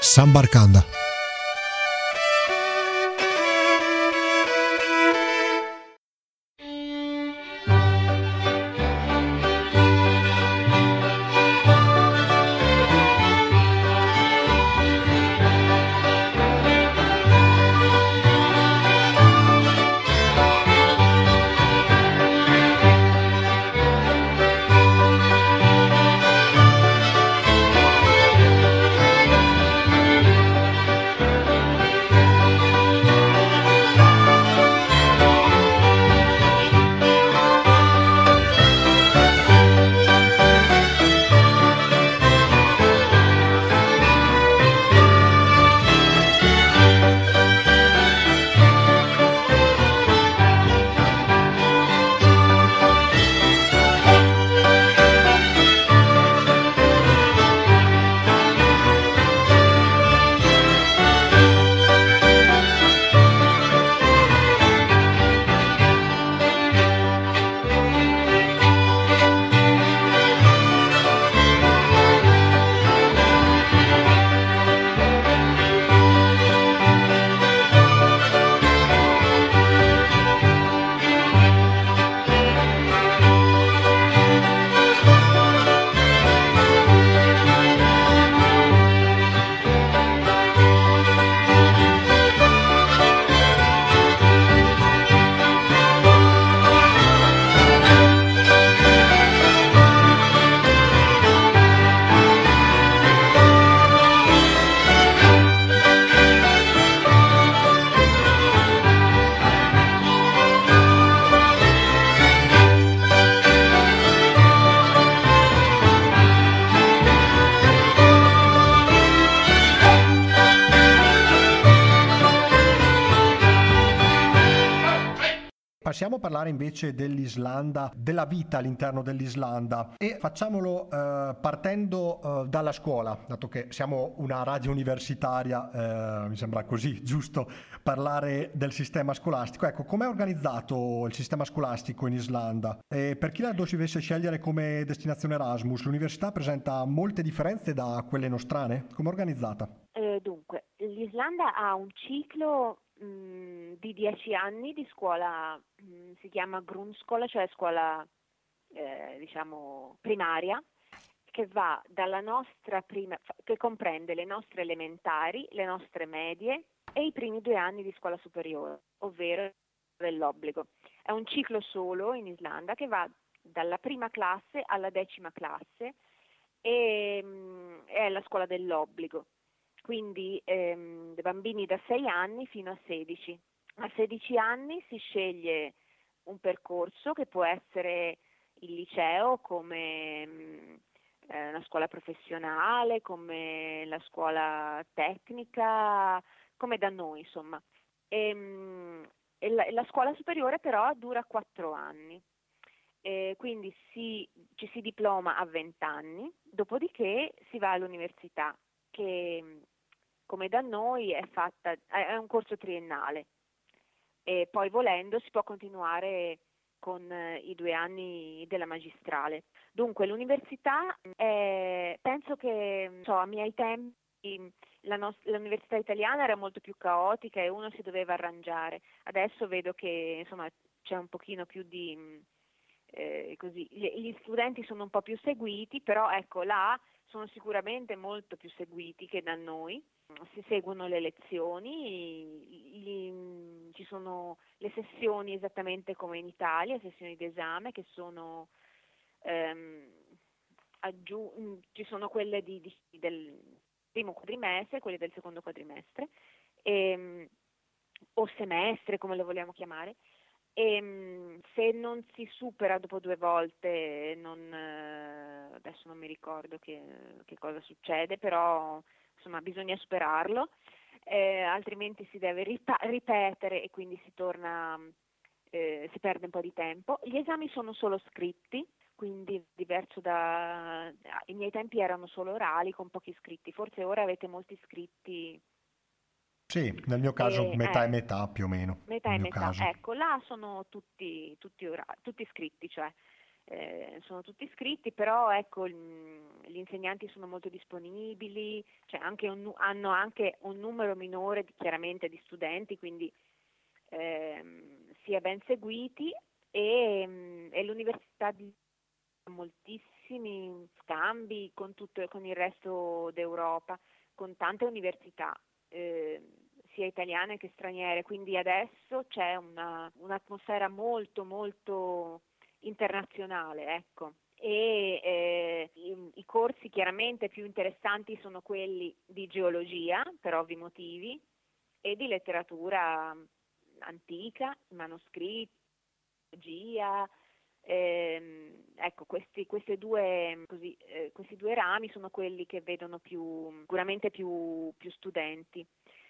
Sambarcanda. Passiamo a parlare invece dell'Islanda, della vita all'interno dell'Islanda e facciamolo partendo dalla scuola, dato che siamo una radio universitaria, mi sembra così giusto parlare del sistema scolastico. Ecco, com'è organizzato il sistema scolastico in Islanda? E per chi la dovesse scegliere come destinazione Erasmus, l'università presenta molte differenze da quelle nostrane? Com'è organizzata? Dunque, l'Islanda ha un ciclo di 10 anni di scuola, si chiama Grundskola, cioè scuola diciamo primaria, che va dalla nostra che comprende le nostre elementari, le nostre medie e i primi 2 anni di scuola superiore, ovvero dell'obbligo. È un ciclo solo in Islanda che va dalla prima classe alla 10ª classe e è la scuola dell'obbligo. Quindi dei bambini da 6 anni fino a 16. A 16 anni si sceglie un percorso che può essere il liceo come una scuola professionale, come la scuola tecnica, come da noi insomma. La scuola superiore però dura 4 anni. Quindi ci si diploma a 20 anni, dopodiché si va all'università che come da noi è un corso triennale e poi volendo si può continuare con i 2 anni della magistrale. Dunque l'università penso che a miei tempi l'università italiana era molto più caotica e uno si doveva arrangiare. Adesso vedo che insomma c'è un pochino più di così, gli studenti sono un po' più seguiti, però ecco là sono sicuramente molto più seguiti che da noi. Si seguono le lezioni, ci sono le sessioni esattamente come in Italia, sessioni d'esame che sono ci sono quelle del primo quadrimestre, quelle del secondo quadrimestre o semestre come lo vogliamo chiamare. E se non si supera dopo 2 volte, adesso non mi ricordo che cosa succede, però insomma bisogna superarlo, altrimenti si deve ripetere e quindi si torna, si perde un po' di tempo. Gli esami sono solo scritti, quindi diverso i miei tempi erano solo orali con pochi scritti, forse ora avete molti scritti. Sì, nel mio caso metà e metà più o meno. Metà nel e mio metà, caso. ecco, là sono tutti scritti, cioè sono tutti scritti, però ecco gli gli insegnanti sono molto disponibili, cioè hanno anche un numero minore chiaramente di studenti, quindi si è ben seguiti e l'università ha moltissimi scambi con il resto d'Europa, con tante università, sia italiane che straniere, quindi adesso c'è un'atmosfera molto molto internazionale, ecco. E i corsi chiaramente più interessanti sono quelli di geologia, per ovvi motivi, e di letteratura antica, manoscritti, geologia. Ecco, questi due rami sono quelli che vedono sicuramente più studenti.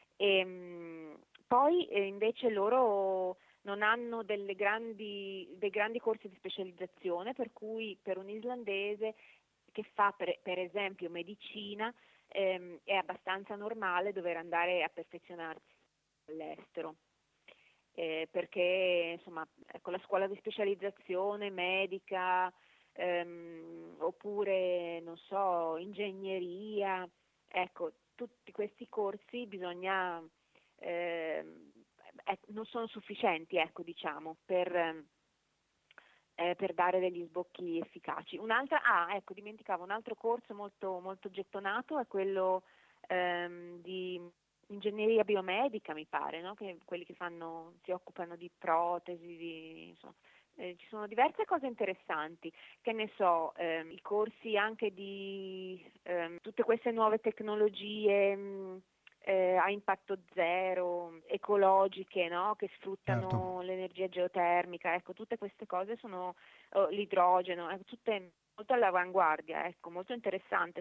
Poi invece loro non hanno dei grandi corsi di specializzazione, per cui per un islandese che fa per esempio medicina è abbastanza normale dover andare a perfezionarsi all'estero. Perché insomma, ecco, la scuola di specializzazione medica oppure non so, ingegneria, ecco, tutti questi corsi non sono sufficienti, ecco, diciamo, per dare degli sbocchi efficaci. Ecco, dimenticavo, un altro corso molto, molto gettonato è quello di ingegneria biomedica, mi pare, no? Che quelli che si occupano di protesi, insomma, ci sono diverse cose interessanti, che ne so, i corsi anche di tutte queste nuove tecnologie a impatto zero, ecologiche, no? Che Certo. sfruttano l'energia geotermica, ecco, tutte queste cose sono l'idrogeno, tutte molto all'avanguardia, ecco, molto interessante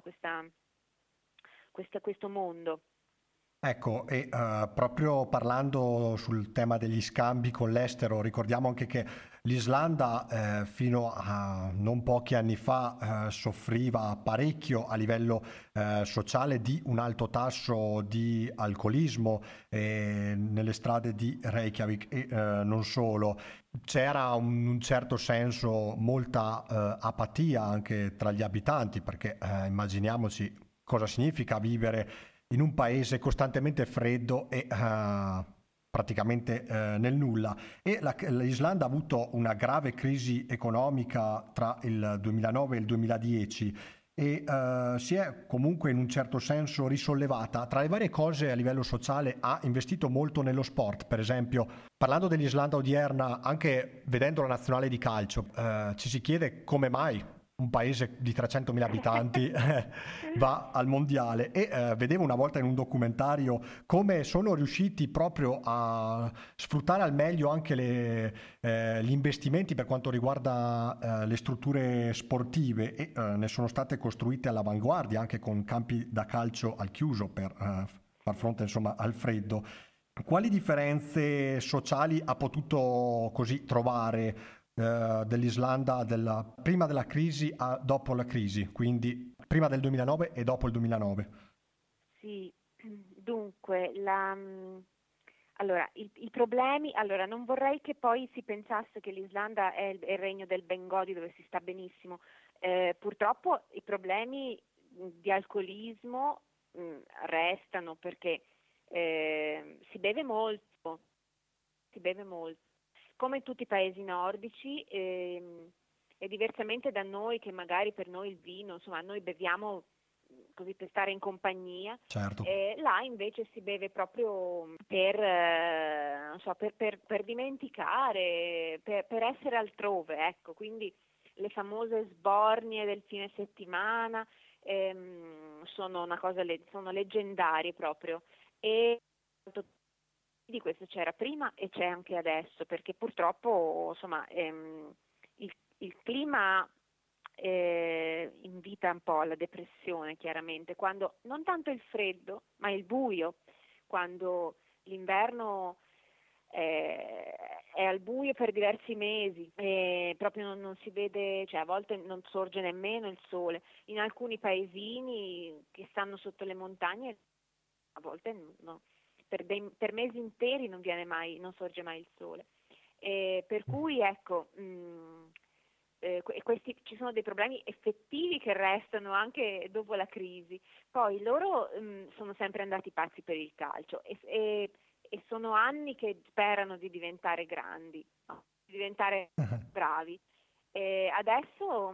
questo mondo. Ecco, e proprio parlando sul tema degli scambi con l'estero, ricordiamo anche che l'Islanda fino a non pochi anni fa soffriva parecchio a livello sociale di un alto tasso di alcolismo nelle strade di Reykjavik e non solo. C'era in un certo senso molta apatia anche tra gli abitanti, perché immaginiamoci cosa significa vivere in un paese costantemente freddo e praticamente nel nulla. E l'Islanda ha avuto una grave crisi economica tra il 2009 e il 2010 e si è comunque in un certo senso risollevata. Tra le varie cose a livello sociale ha investito molto nello sport, per esempio parlando dell'Islanda odierna, anche vedendo la nazionale di calcio, ci si chiede come mai un paese di 300.000 abitanti va al mondiale e vedevo una volta in un documentario come sono riusciti proprio a sfruttare al meglio anche gli investimenti per quanto riguarda le strutture sportive e ne sono state costruite all'avanguardia anche con campi da calcio al chiuso per far fronte insomma al freddo. Quali differenze sociali ha potuto così trovare dell'Islanda prima della crisi a dopo la crisi, quindi prima del 2009 e dopo il 2009? Sì, dunque, allora, i problemi, allora, non vorrei che poi si pensasse che l'Islanda è il regno del Bengodi dove si sta benissimo. Purtroppo i problemi di alcolismo restano perché si beve molto, come in tutti i paesi nordici, e diversamente da noi che magari per noi il vino, insomma, noi beviamo così per stare in compagnia, Certo. là invece si beve proprio non so, per dimenticare, per essere altrove, ecco, quindi le famose sbornie del fine settimana sono una cosa, sono leggendarie proprio e di questo c'era prima e c'è anche adesso, perché purtroppo insomma il clima invita un po' alla depressione, chiaramente, quando non tanto il freddo, ma il buio, quando l'inverno è al buio per diversi mesi e proprio non si vede, cioè a volte non sorge nemmeno il sole. In alcuni paesini che stanno sotto le montagne a volte no, per mesi interi non sorge mai il sole. Per cui ecco, ci sono dei problemi effettivi che restano anche dopo la crisi. Poi loro sono sempre andati pazzi per il calcio e sono anni che sperano di diventare grandi, no? Di diventare bravi. E adesso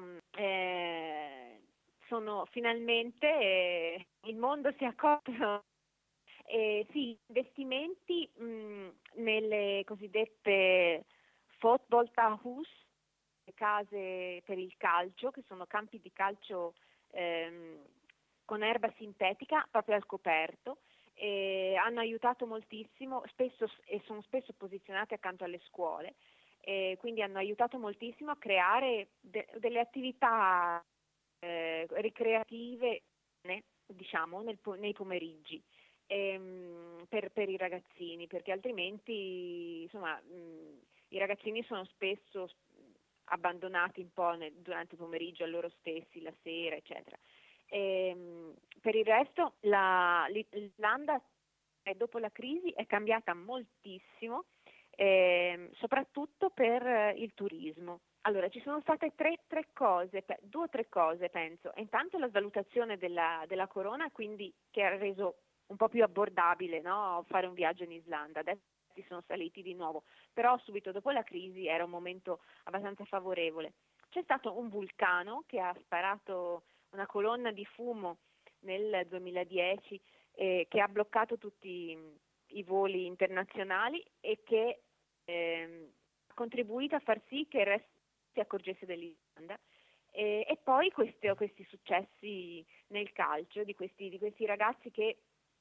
sono finalmente il mondo si è accorto. Sì, investimenti nelle cosiddette Fotbolltahus, case per il calcio, che sono campi di calcio con erba sintetica proprio al coperto, hanno aiutato moltissimo, e sono spesso posizionate accanto alle scuole, quindi hanno aiutato moltissimo a creare delle attività ricreative, diciamo, nei pomeriggi. Per i ragazzini, perché altrimenti insomma i ragazzini sono spesso abbandonati un po' durante il pomeriggio a loro stessi, la sera, eccetera. Per il resto l'Islanda dopo la crisi è cambiata moltissimo, soprattutto per il turismo. Allora, ci sono state due o tre cose, penso. Intanto la svalutazione della corona, quindi che ha reso un po' più abbordabile, no? Fare un viaggio in Islanda. Adesso si sono saliti di nuovo, però subito dopo la crisi era un momento abbastanza favorevole. C'è stato un vulcano che ha sparato una colonna di fumo nel 2010 che ha bloccato tutti i voli internazionali e che ha contribuito a far sì che il resto si accorgesse dell'Islanda. E poi questi successi nel calcio di questi ragazzi che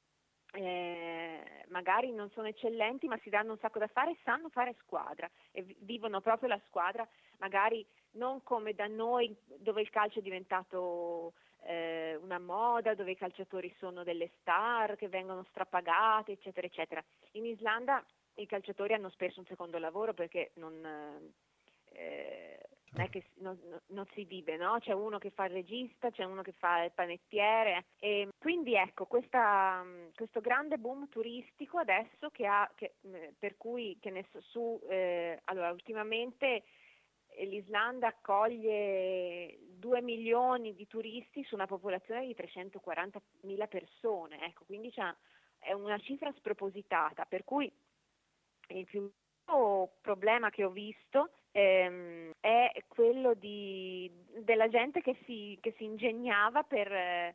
magari non sono eccellenti ma si danno un sacco da fare, sanno fare squadra e vivono proprio la squadra, magari non come da noi dove il calcio è diventato una moda, dove i calciatori sono delle star che vengono strapagate, eccetera eccetera. In Islanda i calciatori hanno spesso un secondo lavoro perché non è che non si vive, no? C'è uno che fa il regista, c'è uno che fa il panettiere, e quindi ecco questo grande boom turistico adesso per cui allora ultimamente l'Islanda accoglie 2 milioni di turisti su una popolazione di 340.000 persone, ecco, quindi è una cifra spropositata, per cui il più problema che ho visto è quello della gente che si ingegnava per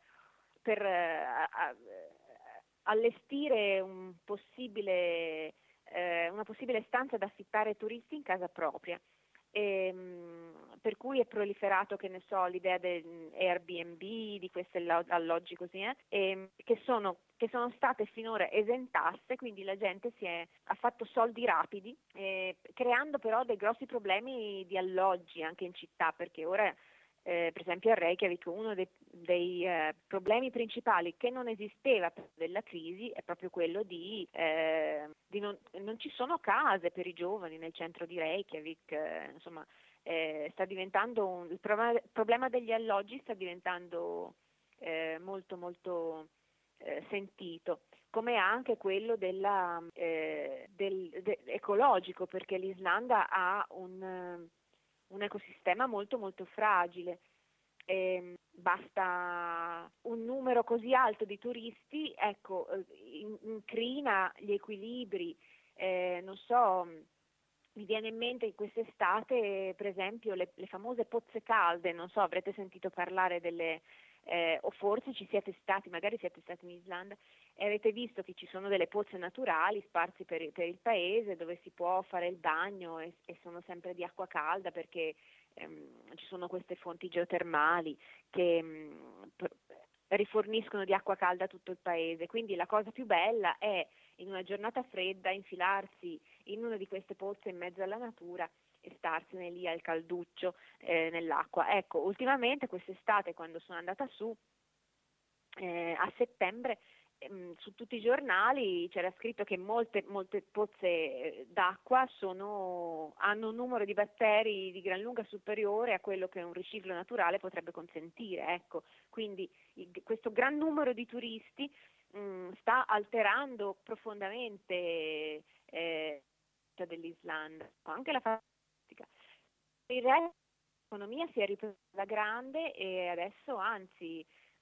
allestire una possibile stanza da affittare ai turisti in casa propria. Per cui è proliferato, che ne so, l'idea del Airbnb, di questi alloggi così, che sono state finora esentasse, quindi la gente ha fatto soldi rapidi, creando però dei grossi problemi di alloggi anche in città, perché ora per esempio a Reykjavik uno dei problemi principali che non esisteva prima della crisi è proprio quello di non ci sono case per i giovani nel centro di Reykjavik, insomma sta diventando il problema degli alloggi sta diventando molto molto sentito, come anche quello ecologico, perché l'Islanda ha un ecosistema molto molto fragile. Basta un numero così alto di turisti, ecco, incrina gli equilibri, non so, mi viene in mente in quest'estate, per esempio, le famose pozze calde, non so, avrete sentito parlare o forse magari siete stati in Islanda e avete visto che ci sono delle pozze naturali sparse per il paese dove si può fare il bagno e sono sempre di acqua calda perché ci sono queste fonti geotermali che riforniscono di acqua calda tutto il paese. Quindi la cosa più bella è in una giornata fredda infilarsi in una di queste pozze in mezzo alla natura e starsene lì al calduccio nell'acqua. Ecco, ultimamente quest'estate quando sono andata su a settembre su tutti i giornali c'era scritto che molte pozze d'acqua hanno un numero di batteri di gran lunga superiore a quello che un riciclo naturale potrebbe consentire. Ecco, quindi questo gran numero di turisti sta alterando profondamente dell'Islanda, anche la fantastica. Il resto l'economia si è ripresa grande e adesso anzi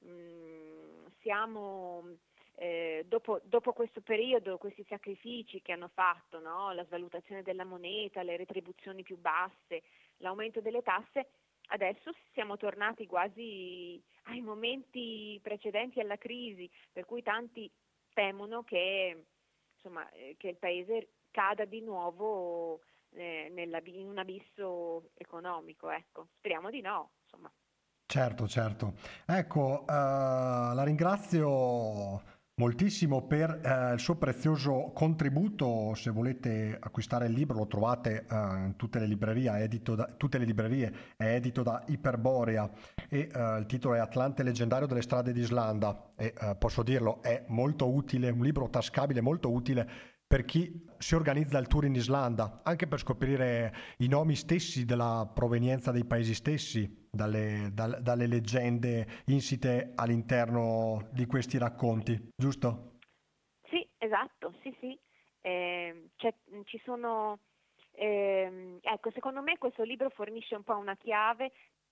siamo dopo questo periodo, questi sacrifici che hanno fatto, no? La svalutazione della moneta, le retribuzioni più basse, l'aumento delle tasse, adesso siamo tornati quasi ai momenti precedenti alla crisi, per cui tanti temono che, insomma, che il paese cada di nuovo in un abisso economico, ecco. Speriamo di no, insomma. Certo, certo. Ecco, la ringrazio moltissimo per il suo prezioso contributo. Se volete acquistare il libro lo trovate in tutte le librerie, è edito da Iperborea e il titolo è Atlante leggendario delle strade d'Islanda e posso dirlo, è molto utile, un libro tascabile molto utile per chi si organizza il tour in Islanda, anche per scoprire i nomi stessi della provenienza dei paesi stessi, dalle leggende insite all'interno di questi racconti, giusto? Sì, esatto, sì, sì. Ci sono, ecco, secondo me questo libro fornisce un po' una chiave.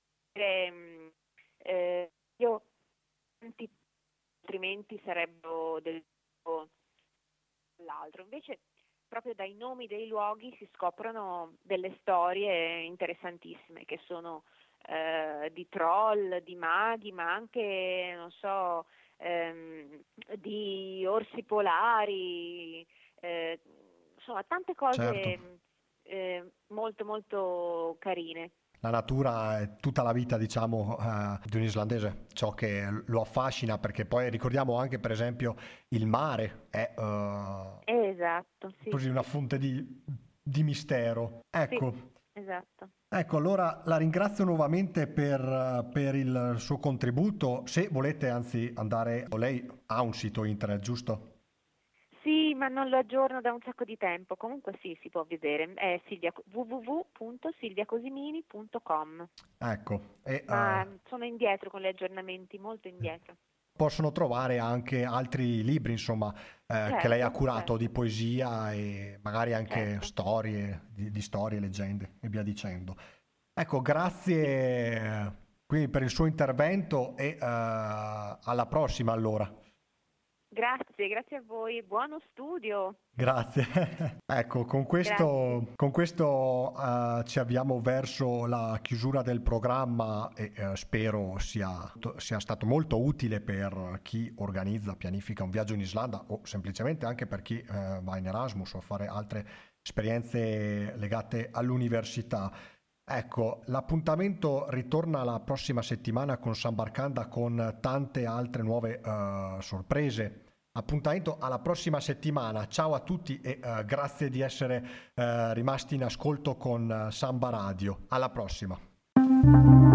Io altrimenti sarebbero dell'altro. Invece proprio dai nomi dei luoghi si scoprono delle storie interessantissime che sono di troll, di maghi, ma anche, non so, di orsi polari, insomma tante cose molto molto carine. La natura è tutta la vita, diciamo, di un islandese, ciò che lo affascina, perché poi ricordiamo anche, per esempio, il mare è esatto, sì, così una fonte di mistero. Ecco. Sì, esatto. Ecco, allora la ringrazio nuovamente per il suo contributo. Se volete, anzi, andare, lei ha un sito internet, giusto? Sì, ma non lo aggiorno da un sacco di tempo. Comunque sì, si può vedere. È www.silviacosimini.com. Ecco. Ma sono indietro con gli aggiornamenti, molto indietro. Possono trovare anche altri libri, insomma, che lei ha curato, di poesia e magari anche storie, di storie, leggende e via dicendo. Ecco, grazie quindi per il suo intervento e alla prossima allora. Grazie a voi, buono studio. Grazie. Ecco, con questo ci avviamo verso la chiusura del programma e spero sia stato molto utile per chi organizza, pianifica un viaggio in Islanda o semplicemente anche per chi va in Erasmus o a fare altre esperienze legate all'università. Ecco, l'appuntamento ritorna la prossima settimana con San Barcanda con tante altre nuove sorprese. Appuntamento alla prossima settimana. Ciao a tutti e grazie di essere rimasti in ascolto con Samba Radio. Alla prossima.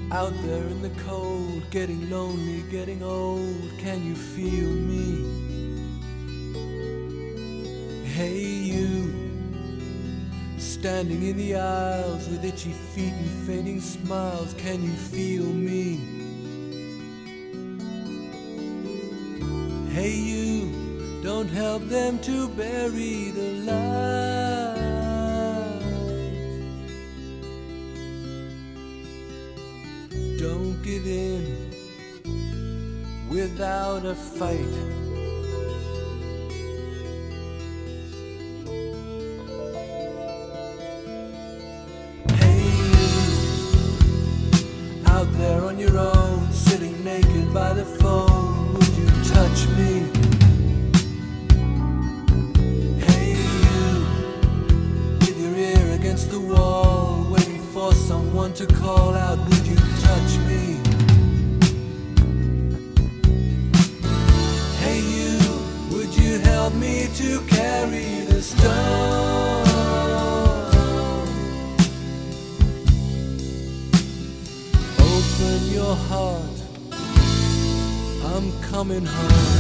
Out there in the cold, getting lonely, getting old, can you feel me? Hey you, standing in the aisles with itchy feet and fainting smiles, can you feel me? Hey you, don't help them to bury the light. Don't give in without a fight. Hey you, out there on your own, sitting naked by the phone, would you touch me? Hey you, with your ear against the wall, waiting for someone to call out, would you touch me? Hey you, would you help me to carry the stone? Open your heart, I'm coming home.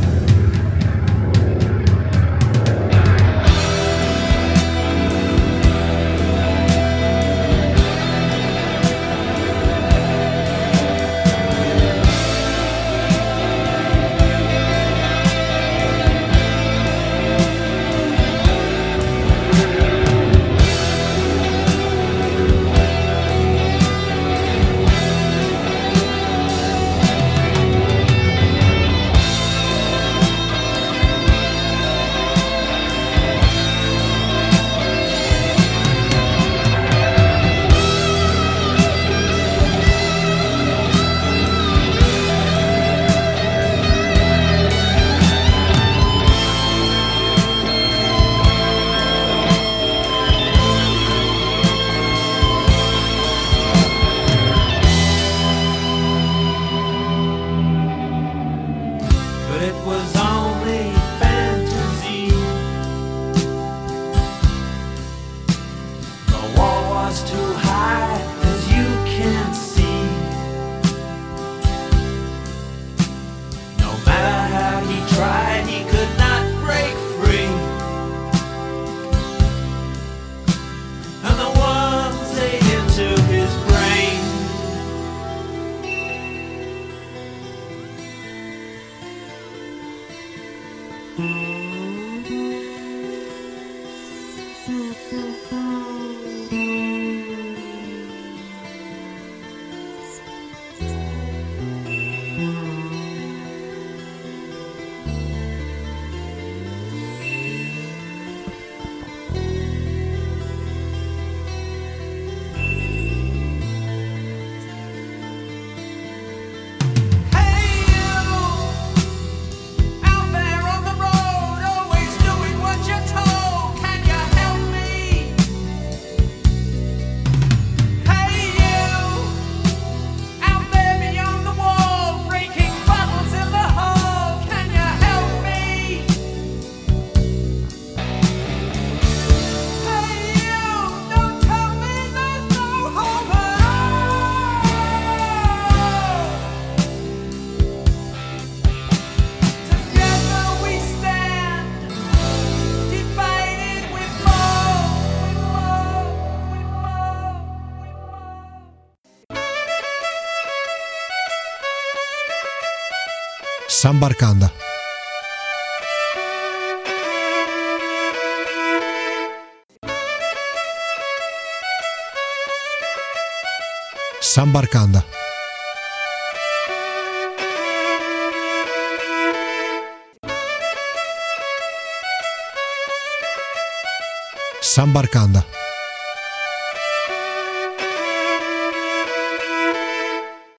Sambarcanda. Sambarcanda. Sambarcanda.